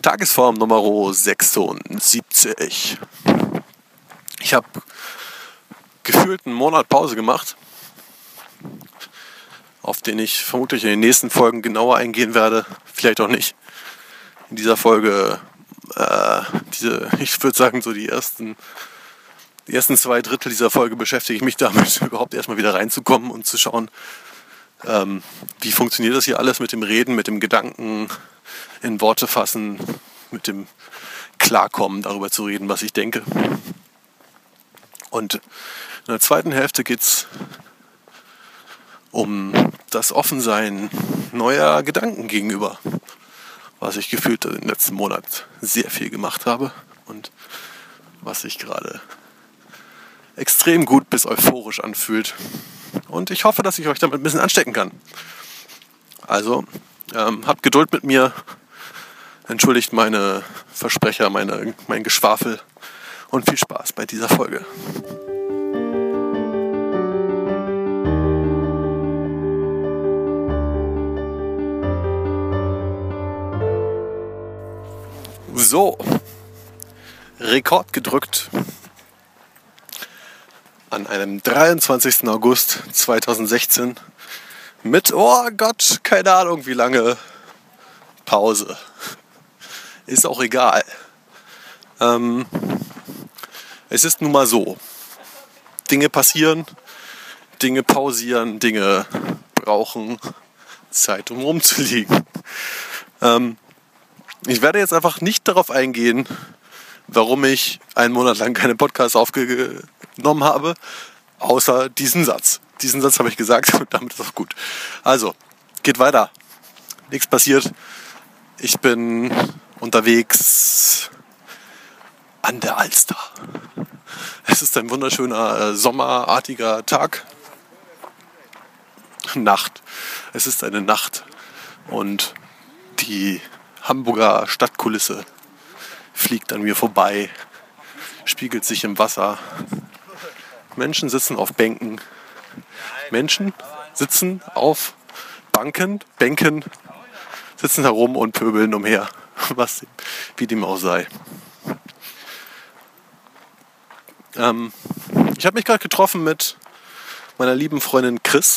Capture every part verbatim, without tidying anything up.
Tagesform Nummer sechsundsiebzig. Ich habe gefühlt einen Monat Pause gemacht, auf den ich vermutlich in den nächsten Folgen genauer eingehen werde. Vielleicht auch nicht. In dieser Folge, äh, diese, ich würde sagen, so die ersten, die ersten zwei Drittel dieser Folge beschäftige ich mich damit, überhaupt erstmal wieder reinzukommen und zu schauen, ähm, wie funktioniert das hier alles mit dem Reden, mit dem Gedanken in Worte fassen, mit dem Klarkommen, darüber zu reden, was ich denke. Und in der zweiten Hälfte geht es um das Offensein neuer Gedanken gegenüber, was ich gefühlt im letzten Monat sehr viel gemacht habe und was sich gerade extrem gut bis euphorisch anfühlt. Und ich hoffe, dass ich euch damit ein bisschen anstecken kann. Also, ähm, habt Geduld mit mir, entschuldigt meine Versprecher, meine, mein Geschwafel und viel Spaß bei dieser Folge. So, Rekord gedrückt an einem dreiundzwanzigsten August zweitausendsechzehn mit, oh Gott, keine Ahnung wie lange Pause. Ist auch egal. Ähm, es ist nun mal so. Dinge passieren, Dinge pausieren, Dinge brauchen Zeit, um rumzuliegen. Ähm, ich werde jetzt einfach nicht darauf eingehen, warum ich einen Monat lang keine Podcasts aufgenommen habe, außer diesen Satz. Diesen Satz habe ich gesagt und damit ist auch gut. Also, geht weiter. Nichts passiert. Ich bin unterwegs an der Alster. Es ist ein wunderschöner äh, sommerartiger Tag. Nacht. Es ist eine Nacht und die Hamburger Stadtkulisse fliegt an mir vorbei, spiegelt sich im Wasser. Menschen sitzen auf Bänken. Menschen sitzen auf Banken, Bänken, sitzen herum und pöbeln umher, was wie dem auch sei. Ähm, ich habe mich gerade getroffen mit meiner lieben Freundin Chris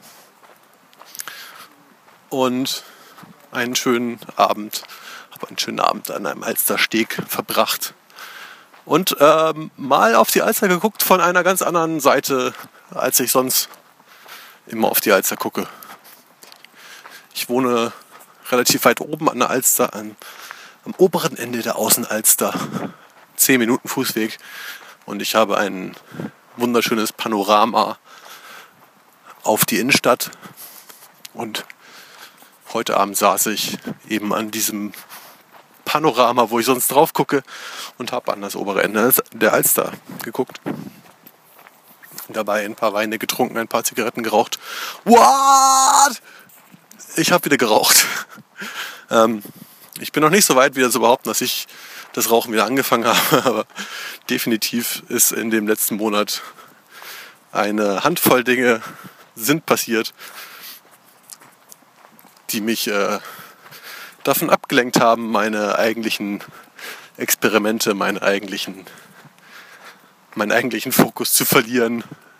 und einen schönen Abend, habe einen schönen Abend an einem Alstersteg verbracht und ähm, mal auf die Alster geguckt von einer ganz anderen Seite, als ich sonst immer auf die Alster gucke. Ich wohne relativ weit oben an der Alster, an, am oberen Ende der Außenalster, zehn Minuten Fußweg, und ich habe ein wunderschönes Panorama auf die Innenstadt. Und heute Abend saß ich eben an diesem Panorama, wo ich sonst drauf gucke, und habe an das obere Ende der Alster geguckt. Dabei ein paar Weine getrunken, ein paar Zigaretten geraucht. What? Ich habe wieder geraucht. ähm, ich bin noch nicht so weit, wieder zu behaupten, dass ich das Rauchen wieder angefangen habe, aber definitiv ist in dem letzten Monat eine Handvoll Dinge sind passiert, die mich äh, davon abgelenkt haben, meine eigentlichen Experimente, meine eigentlichen, meinen eigentlichen Fokus zu verlieren,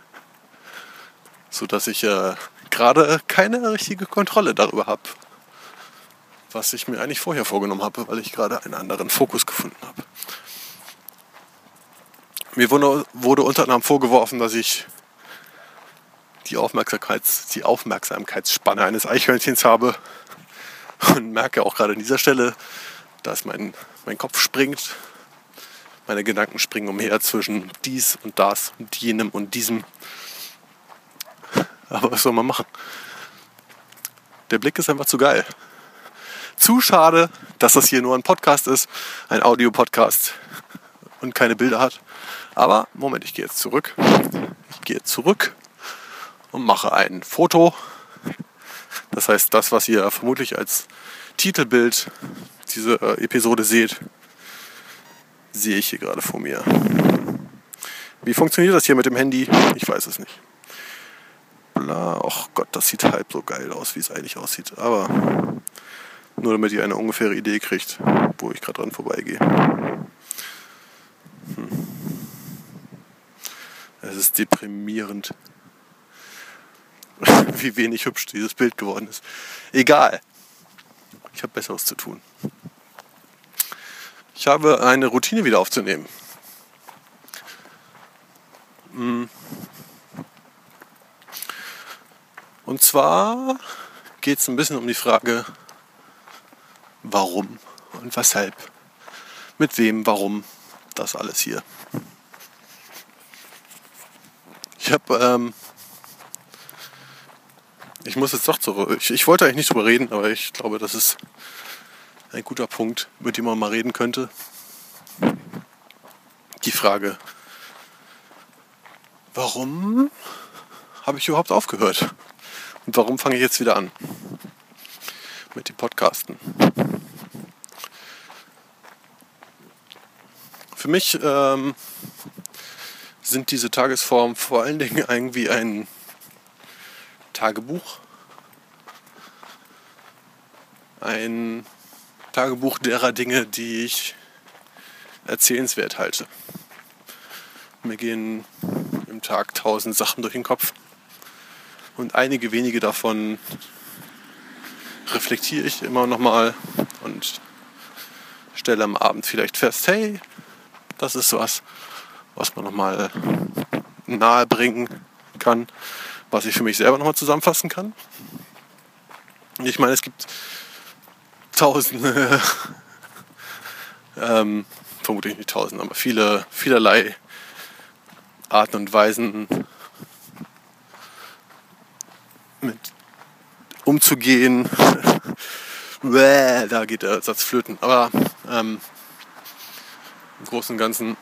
sodass ich äh, gerade keine richtige Kontrolle darüber habe, was ich mir eigentlich vorher vorgenommen habe, weil ich gerade einen anderen Fokus gefunden habe. Mir wurde, wurde unter anderem vorgeworfen, dass ich die, Aufmerksamkeits, die Aufmerksamkeitsspanne eines Eichhörnchens habe, und merke auch gerade an dieser Stelle, dass mein, mein Kopf springt, meine Gedanken springen umher zwischen dies und das und jenem und diesem. Aber was soll man machen? Der Blick ist einfach zu geil. Zu schade, dass das hier nur ein Podcast ist, ein Audio-Podcast und keine Bilder hat. Aber, Moment, ich gehe jetzt zurück. Ich gehe zurück und mache ein Foto. Das heißt, das, was ihr vermutlich als Titelbild diese äh, Episode seht, sehe ich hier gerade vor mir. Wie funktioniert das hier mit dem Handy? Ich weiß es nicht. Bla, ach Gott, das sieht halb so geil aus, wie es eigentlich aussieht. Aber Nur damit ihr eine ungefähre Idee kriegt, wo ich gerade dran vorbeigehe. Hm. Es ist deprimierend, wie wenig hübsch dieses Bild geworden ist. Egal. Ich habe Besseres zu tun. Ich habe eine Routine wieder aufzunehmen. Und zwar geht es ein bisschen um die Frage, warum und weshalb, mit wem, warum, das alles hier. Ich habe, ähm, ich muss jetzt doch zurück, ich, ich wollte eigentlich nicht drüber reden, aber ich glaube, das ist ein guter Punkt, mit dem man mal reden könnte. Die Frage, warum habe ich überhaupt aufgehört? Und warum fange ich jetzt wieder an mit dem Podcasten? Für mich ähm, sind diese Tagesformen vor allen Dingen irgendwie ein Tagebuch. Ein Tagebuch derer Dinge, die ich erzählenswert halte. Mir gehen im Tag tausend Sachen durch den Kopf und einige wenige davon reflektiere ich immer nochmal und stelle am Abend vielleicht fest, hey, das ist was, was man nochmal nahe bringen kann, was ich für mich selber nochmal zusammenfassen kann. Ich meine, es gibt tausende, ähm, vermutlich nicht tausend, aber viele, vielerlei Arten und Weisen mit umzugehen. Bäh, da geht der Satz flöten. Aber ähm, im Großen und Ganzen,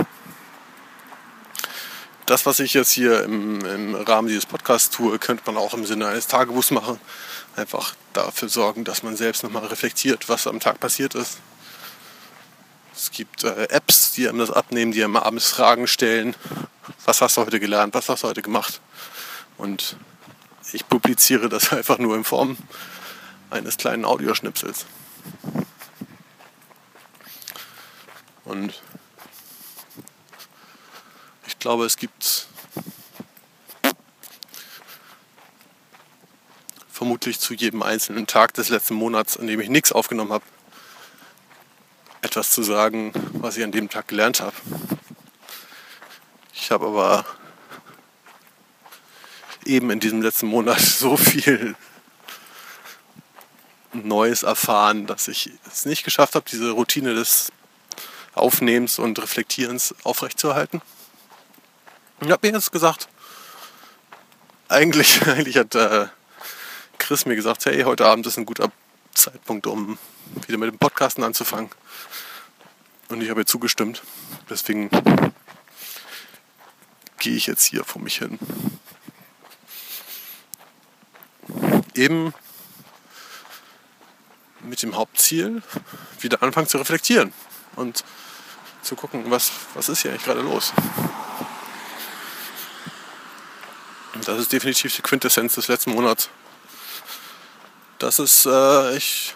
das, was ich jetzt hier im, im Rahmen dieses Podcasts tue, könnte man auch im Sinne eines Tagebuchs machen. Einfach dafür sorgen, dass man selbst nochmal reflektiert, was am Tag passiert ist. Es gibt äh, Apps, die einem das abnehmen, die einem abends Fragen stellen. Was hast du heute gelernt? Was hast du heute gemacht? Und ich publiziere das einfach nur in Form eines kleinen Audioschnipsels. Und ich glaube, es gibt vermutlich zu jedem einzelnen Tag des letzten Monats, an dem ich nichts aufgenommen habe, etwas zu sagen, was ich an dem Tag gelernt habe. Ich habe aber eben in diesem letzten Monat so viel Neues erfahren, dass ich es nicht geschafft habe, diese Routine des Aufnehmens und Reflektierens aufrechtzuerhalten. Ich habe mir jetzt gesagt, eigentlich, eigentlich hat äh, Chris mir gesagt, hey, heute Abend ist ein guter Zeitpunkt, um wieder mit dem Podcasten anzufangen. Und ich habe ihr zugestimmt. Deswegen gehe ich jetzt hier vor mich hin. Eben mit dem Hauptziel, wieder anfangen zu reflektieren und zu gucken, was, was ist hier eigentlich gerade los. Und das ist definitiv die Quintessenz des letzten Monats. Das ist äh, ich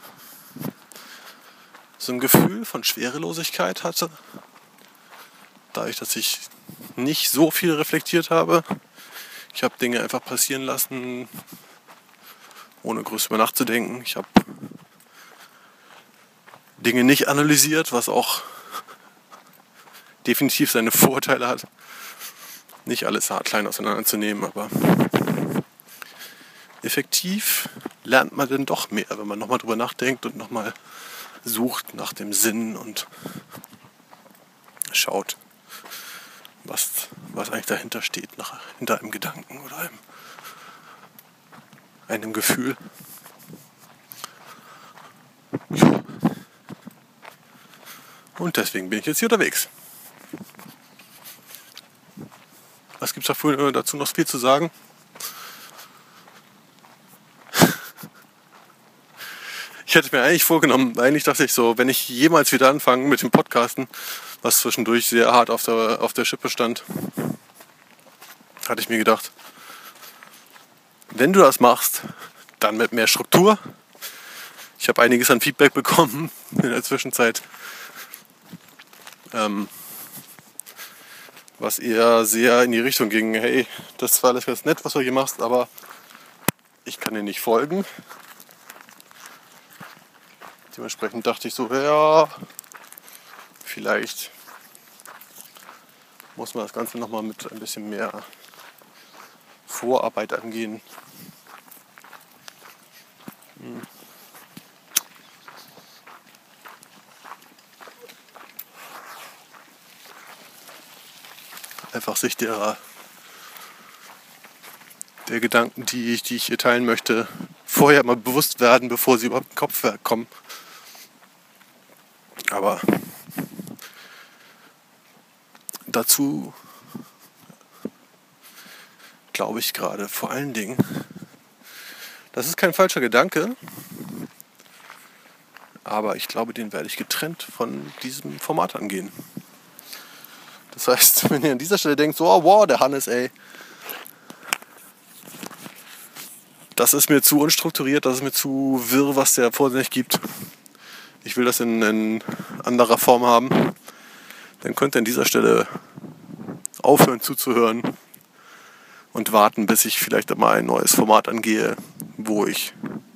so ein Gefühl von Schwerelosigkeit hatte, dadurch, dass ich nicht so viel reflektiert habe. Ich habe Dinge einfach passieren lassen, ohne groß über nachzudenken. Ich habe Dinge nicht analysiert, was auch definitiv seine Vorteile hat. Nicht alles hart klein auseinanderzunehmen, aber effektiv lernt man dann doch mehr, wenn man nochmal drüber nachdenkt und nochmal sucht nach dem Sinn und schaut, was, was eigentlich dahinter steht, nach, hinter einem Gedanken oder einem, einem Gefühl. Ja. Und deswegen bin ich jetzt hier unterwegs. Was gibt es dazu noch viel zu sagen? Ich hätte mir eigentlich vorgenommen, eigentlich dachte ich so, wenn ich jemals wieder anfange mit dem Podcasten, was zwischendurch sehr hart auf der, auf der Schippe stand, hatte ich mir gedacht, wenn du das machst, dann mit mehr Struktur, Ich habe einiges an Feedback bekommen in der Zwischenzeit, ähm, was eher sehr in die Richtung ging, hey, das war alles ganz nett, was du hier machst, aber ich kann dir nicht folgen. Dementsprechend dachte ich so, ja, vielleicht muss man das Ganze nochmal mit ein bisschen mehr Vorarbeit angehen. Hm. Einfach sich der, der Gedanken, die ich, die ich hier teilen möchte, vorher mal bewusst werden, bevor sie überhaupt in den Kopf kommen. Aber dazu glaube ich gerade vor allen Dingen, das ist kein falscher Gedanke, aber ich glaube, den werde ich getrennt von diesem Format angehen. Das heißt, wenn ihr an dieser Stelle denkt, so, oh, wow, der Hannes, ey, das ist mir zu unstrukturiert, das ist mir zu wirr, was der vor sich gibt. Ich will das in, in anderer Form haben. Dann könnt ihr an dieser Stelle aufhören zuzuhören und warten, bis ich vielleicht mal ein neues Format angehe, wo ich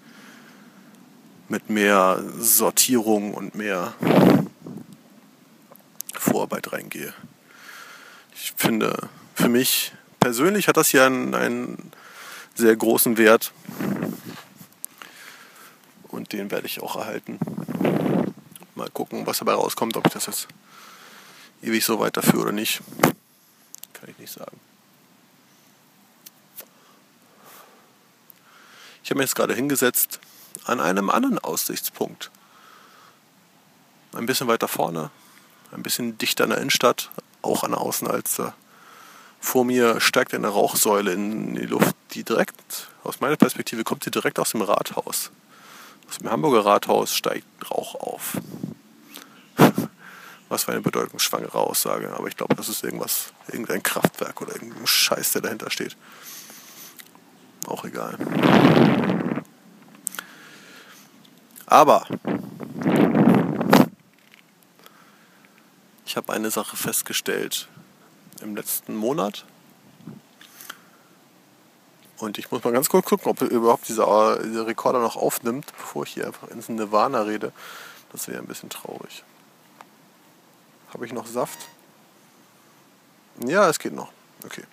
mit mehr Sortierung und mehr Vorarbeit reingehe. Ich finde, für mich persönlich hat das hier einen, einen sehr großen Wert und den werde ich auch erhalten. Mal gucken, was dabei rauskommt, ob ich das jetzt ewig so weiterführe oder nicht. Kann ich nicht sagen. Ich habe mich jetzt gerade hingesetzt an einem anderen Aussichtspunkt. Ein bisschen weiter vorne, ein bisschen dichter an der Innenstadt, auch an der Außenalster. Vor mir steigt eine Rauchsäule in die Luft, die direkt, aus meiner Perspektive, kommt sie direkt aus dem Rathaus. Aus dem Hamburger Rathaus steigt Rauch auf. Was für eine bedeutungsschwangere Aussage, aber ich glaube, das ist irgendwas, irgendein Kraftwerk oder irgendein Scheiß, der dahinter steht. Auch egal. Aber ich habe eine Sache festgestellt im letzten Monat. Und ich muss mal ganz kurz gucken, ob überhaupt dieser, dieser Rekorder noch aufnimmt, bevor ich hier einfach ins Nirvana rede. Das wäre ein bisschen traurig. Habe ich noch Saft? Ja, es geht noch. Okay.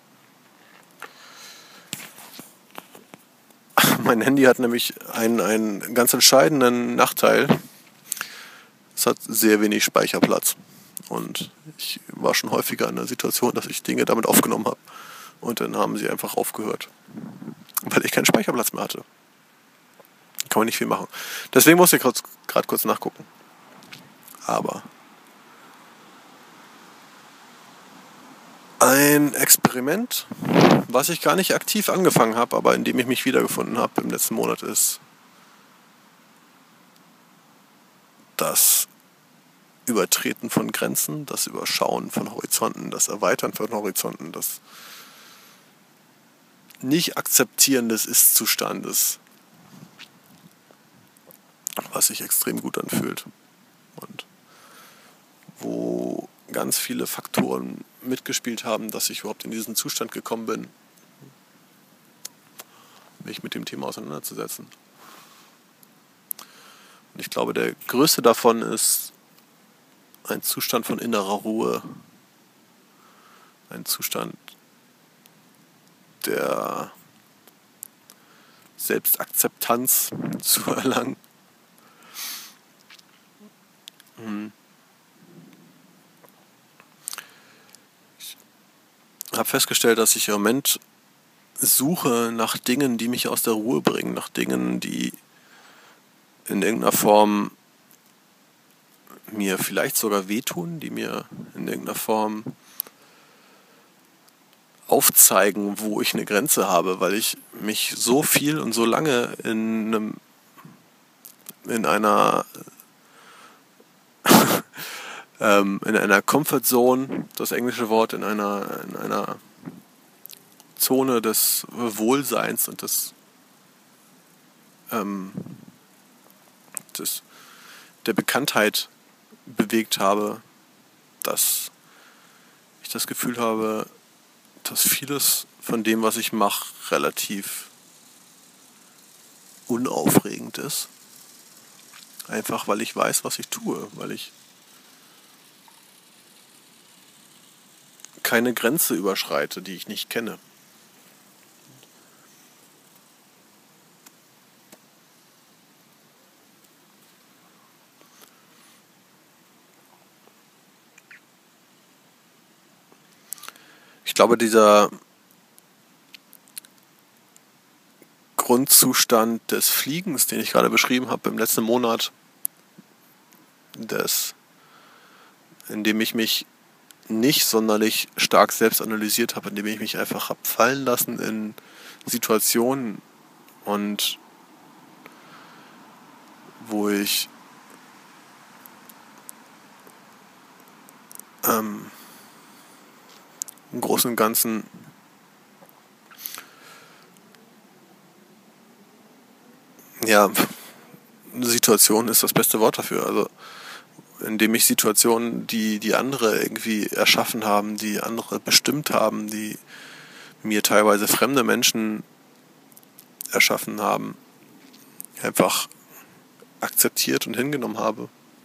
Mein Handy hat nämlich einen, einen ganz entscheidenden Nachteil. Es hat sehr wenig Speicherplatz. Und ich war schon häufiger in der Situation, dass ich Dinge damit aufgenommen habe. Und dann haben sie einfach aufgehört. Weil ich keinen Speicherplatz mehr hatte. Kann man nicht viel machen. Deswegen muss ich gerade kurz nachgucken. Aber ein Experiment, was ich gar nicht aktiv angefangen habe, aber in dem ich mich wiedergefunden habe im letzten Monat, ist das Übertreten von Grenzen, das Überschauen von Horizonten, das Erweitern von Horizonten, das Nicht-Akzeptieren des Ist-Zustandes, was sich extrem gut anfühlt und wo ganz viele Faktoren mitgespielt haben, dass ich überhaupt in diesen Zustand gekommen bin, mich mit dem Thema auseinanderzusetzen. Und ich glaube, der größte davon ist ein Zustand von innerer Ruhe, ein Zustand der Selbstakzeptanz zu erlangen. Ich habe festgestellt, dass ich im Moment suche nach Dingen, die mich aus der Ruhe bringen, nach Dingen, die in irgendeiner Form mir vielleicht sogar wehtun, die mir in irgendeiner Form aufzeigen, wo ich eine Grenze habe, weil ich mich so viel und so lange in einem, in einer ähm, in einer Comfort Zone, das englische Wort, in einer in einer Zone des Wohlseins und des ähm, des, der Bekanntheit bewegt habe, dass ich das Gefühl habe, dass vieles von dem, was ich mache, relativ unaufregend ist. Einfach weil ich weiß, was ich tue, weil ich keine Grenze überschreite, die ich nicht kenne. Ich glaube, dieser Grundzustand des Fliegens, den ich gerade beschrieben habe im letzten Monat, des, in dem ich mich nicht sonderlich stark selbst analysiert habe, in dem ich mich einfach habe fallen lassen in Situationen und wo ich ähm, im Großen und Ganzen ja, Situation ist das beste Wort dafür. Also indem ich Situationen, die die andere irgendwie erschaffen haben, die andere bestimmt haben, die mir teilweise fremde Menschen erschaffen haben, einfach akzeptiert und hingenommen habe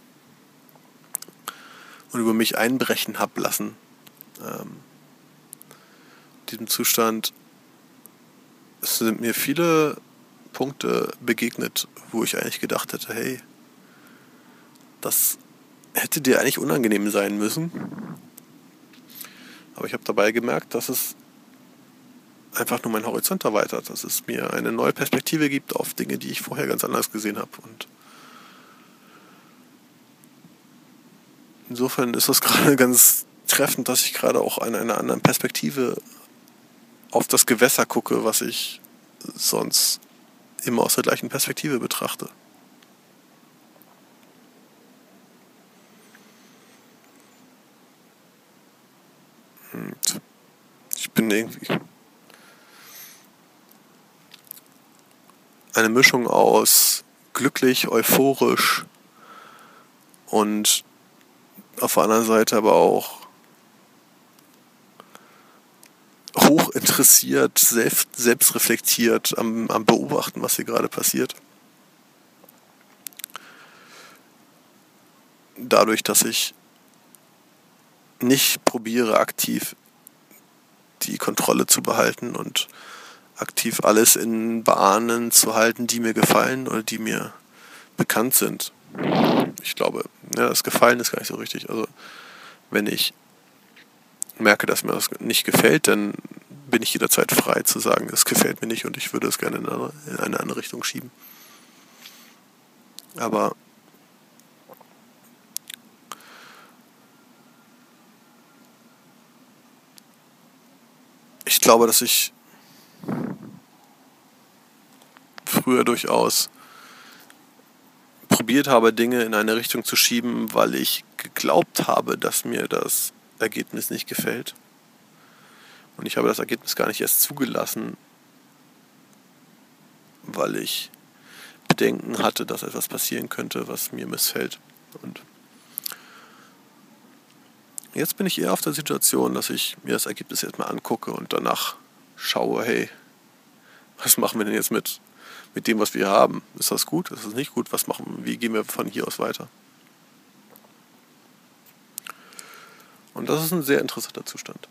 und über mich einbrechen habe lassen. Ähm, in diesem Zustand sind mir viele Punkte begegnet, wo ich eigentlich gedacht hätte, hey, das hätte dir eigentlich unangenehm sein müssen. Aber ich habe dabei gemerkt, dass es einfach nur meinen Horizont erweitert, dass es mir eine neue Perspektive gibt auf Dinge, die ich vorher ganz anders gesehen habe. Und insofern ist es gerade ganz treffend, dass ich gerade auch an einer anderen Perspektive auf das Gewässer gucke, was ich sonst immer aus der gleichen Perspektive betrachte. Und ich bin irgendwie eine Mischung aus glücklich, euphorisch und auf der anderen Seite aber auch hoch interessiert, selbst, selbst reflektiert am, am Beobachten, was hier gerade passiert. Dadurch, dass ich nicht probiere, aktiv die Kontrolle zu behalten und aktiv alles in Bahnen zu halten, die mir gefallen oder die mir bekannt sind. Ich glaube, ja, das Gefallen ist gar nicht so richtig. Also wenn ich merke, dass mir das nicht gefällt, dann bin ich jederzeit frei zu sagen, es gefällt mir nicht und ich würde es gerne in eine, in eine andere Richtung schieben. Aber ich glaube, dass ich früher durchaus probiert habe, Dinge in eine Richtung zu schieben, weil ich geglaubt habe, dass mir das Ergebnis nicht gefällt. Und ich habe das Ergebnis gar nicht erst zugelassen, weil ich Bedenken hatte, dass etwas passieren könnte, was mir missfällt. Und jetzt bin ich eher auf der Situation, dass ich mir das Ergebnis erstmal angucke und danach schaue, hey, was machen wir denn jetzt mit, mit dem, was wir haben? Ist das gut? Ist das nicht gut? Was machen, wie gehen wir von hier aus weiter? Und das ist ein sehr interessanter Zustand.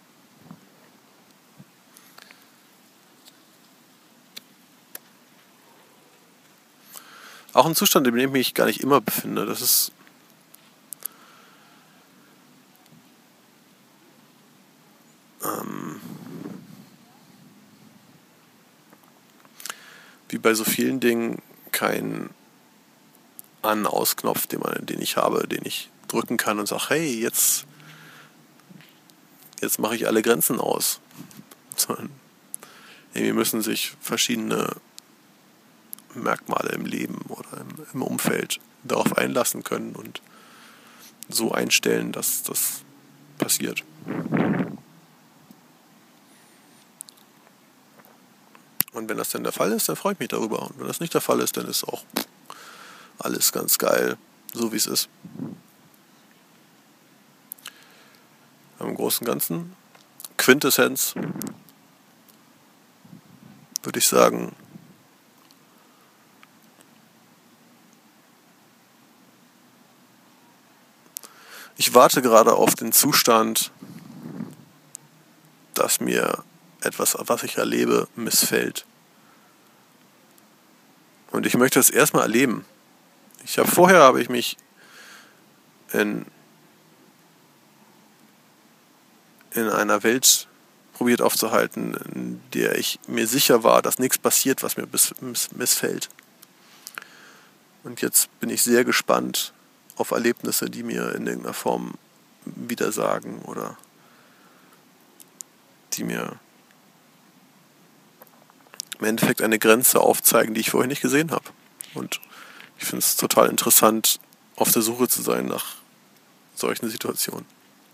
Auch ein Zustand, in dem ich mich gar nicht immer befinde. Das ist ähm, wie bei so vielen Dingen kein An-Aus-Knopf, den, man, den ich habe, den ich drücken kann und sage, hey, jetzt, jetzt mache ich alle Grenzen aus. Sondern irgendwie müssen sich verschiedene Merkmale im Leben oder im, im Umfeld darauf einlassen können und so einstellen, dass das passiert. Und wenn das denn der Fall ist, dann freue ich mich darüber. Und wenn das nicht der Fall ist, dann ist auch alles ganz geil, so wie es ist. Im Großen und Ganzen, Quintessenz, würde ich sagen, ich warte gerade auf den Zustand, dass mir etwas, was ich erlebe, missfällt. Und ich möchte es erstmal erleben. Ich habe vorher habe ich mich in, in einer Welt probiert aufzuhalten, in der ich mir sicher war, dass nichts passiert, was mir miss, miss, missfällt. Und jetzt bin ich sehr gespannt auf Erlebnisse, die mir in irgendeiner Form widersagen oder die mir im Endeffekt eine Grenze aufzeigen, die ich vorher nicht gesehen habe. Und ich finde es total interessant, auf der Suche zu sein nach solchen Situationen.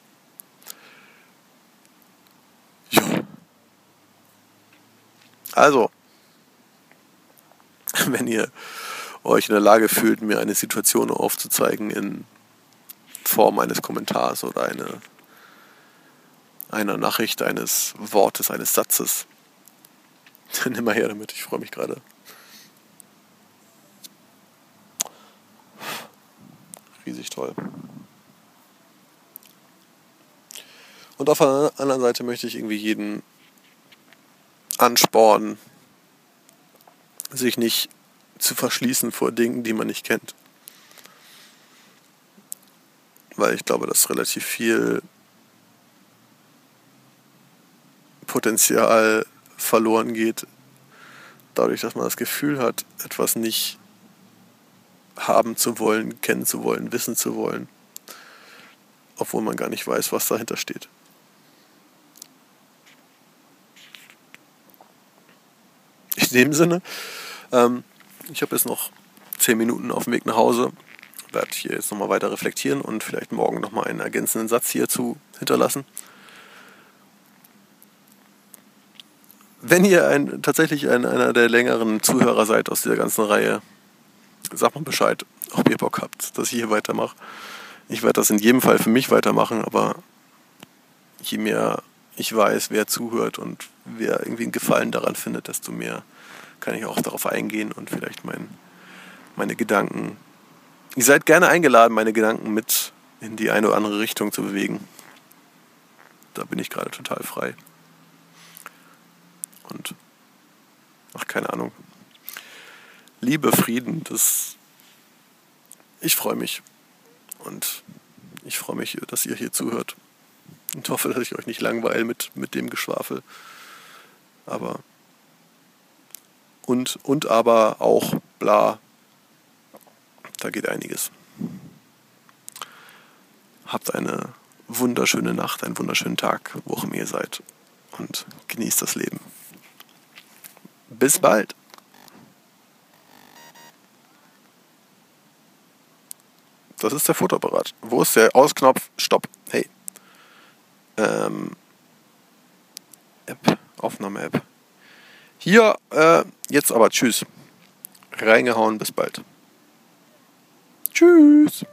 Ja. Also, wenn ihr euch in der Lage fühlt, mir eine Situation aufzuzeigen in Form eines Kommentars oder eine, einer Nachricht, eines Wortes, eines Satzes, dann immer her damit, ich freue mich gerade. Riesig toll. Und auf der anderen Seite möchte ich irgendwie jeden anspornen, sich nicht zu verschließen vor Dingen, die man nicht kennt. Weil ich glaube, dass relativ viel Potenzial verloren geht, dadurch, dass man das Gefühl hat, etwas nicht haben zu wollen, kennen zu wollen, wissen zu wollen, obwohl man gar nicht weiß, was dahinter steht. In dem Sinne, ähm, ich habe jetzt noch zehn Minuten auf dem Weg nach Hause, werde hier jetzt nochmal weiter reflektieren und vielleicht morgen nochmal einen ergänzenden Satz hierzu hinterlassen. Wenn ihr ein, tatsächlich ein, einer der längeren Zuhörer seid aus dieser ganzen Reihe, sagt mal Bescheid, ob ihr Bock habt, dass ich hier weitermache. Ich werde das in jedem Fall für mich weitermachen, aber je mehr ich weiß, wer zuhört und wer irgendwie einen Gefallen daran findet, desto mehr kann ich auch darauf eingehen und vielleicht mein, meine Gedanken... Ihr seid gerne eingeladen, meine Gedanken mit in die eine oder andere Richtung zu bewegen. Da bin ich gerade total frei. Und, ach, keine Ahnung. Liebe, Frieden, das... Ich freue mich. Und ich freue mich, dass ihr hier zuhört. Und hoffe, dass ich euch nicht langweile mit, mit dem Geschwafel. Aber... Und, und aber auch bla... Da geht einiges. Habt eine wunderschöne Nacht, einen wunderschönen Tag, wo auch immer ihr seid. Und genießt das Leben. Bis bald. Das ist der Fotoapparat. Wo ist der Ausknopf? Stopp. Hey. Ähm. App. Aufnahme-App. Hier, äh, jetzt aber tschüss. Reingehauen, bis bald. Tschüss.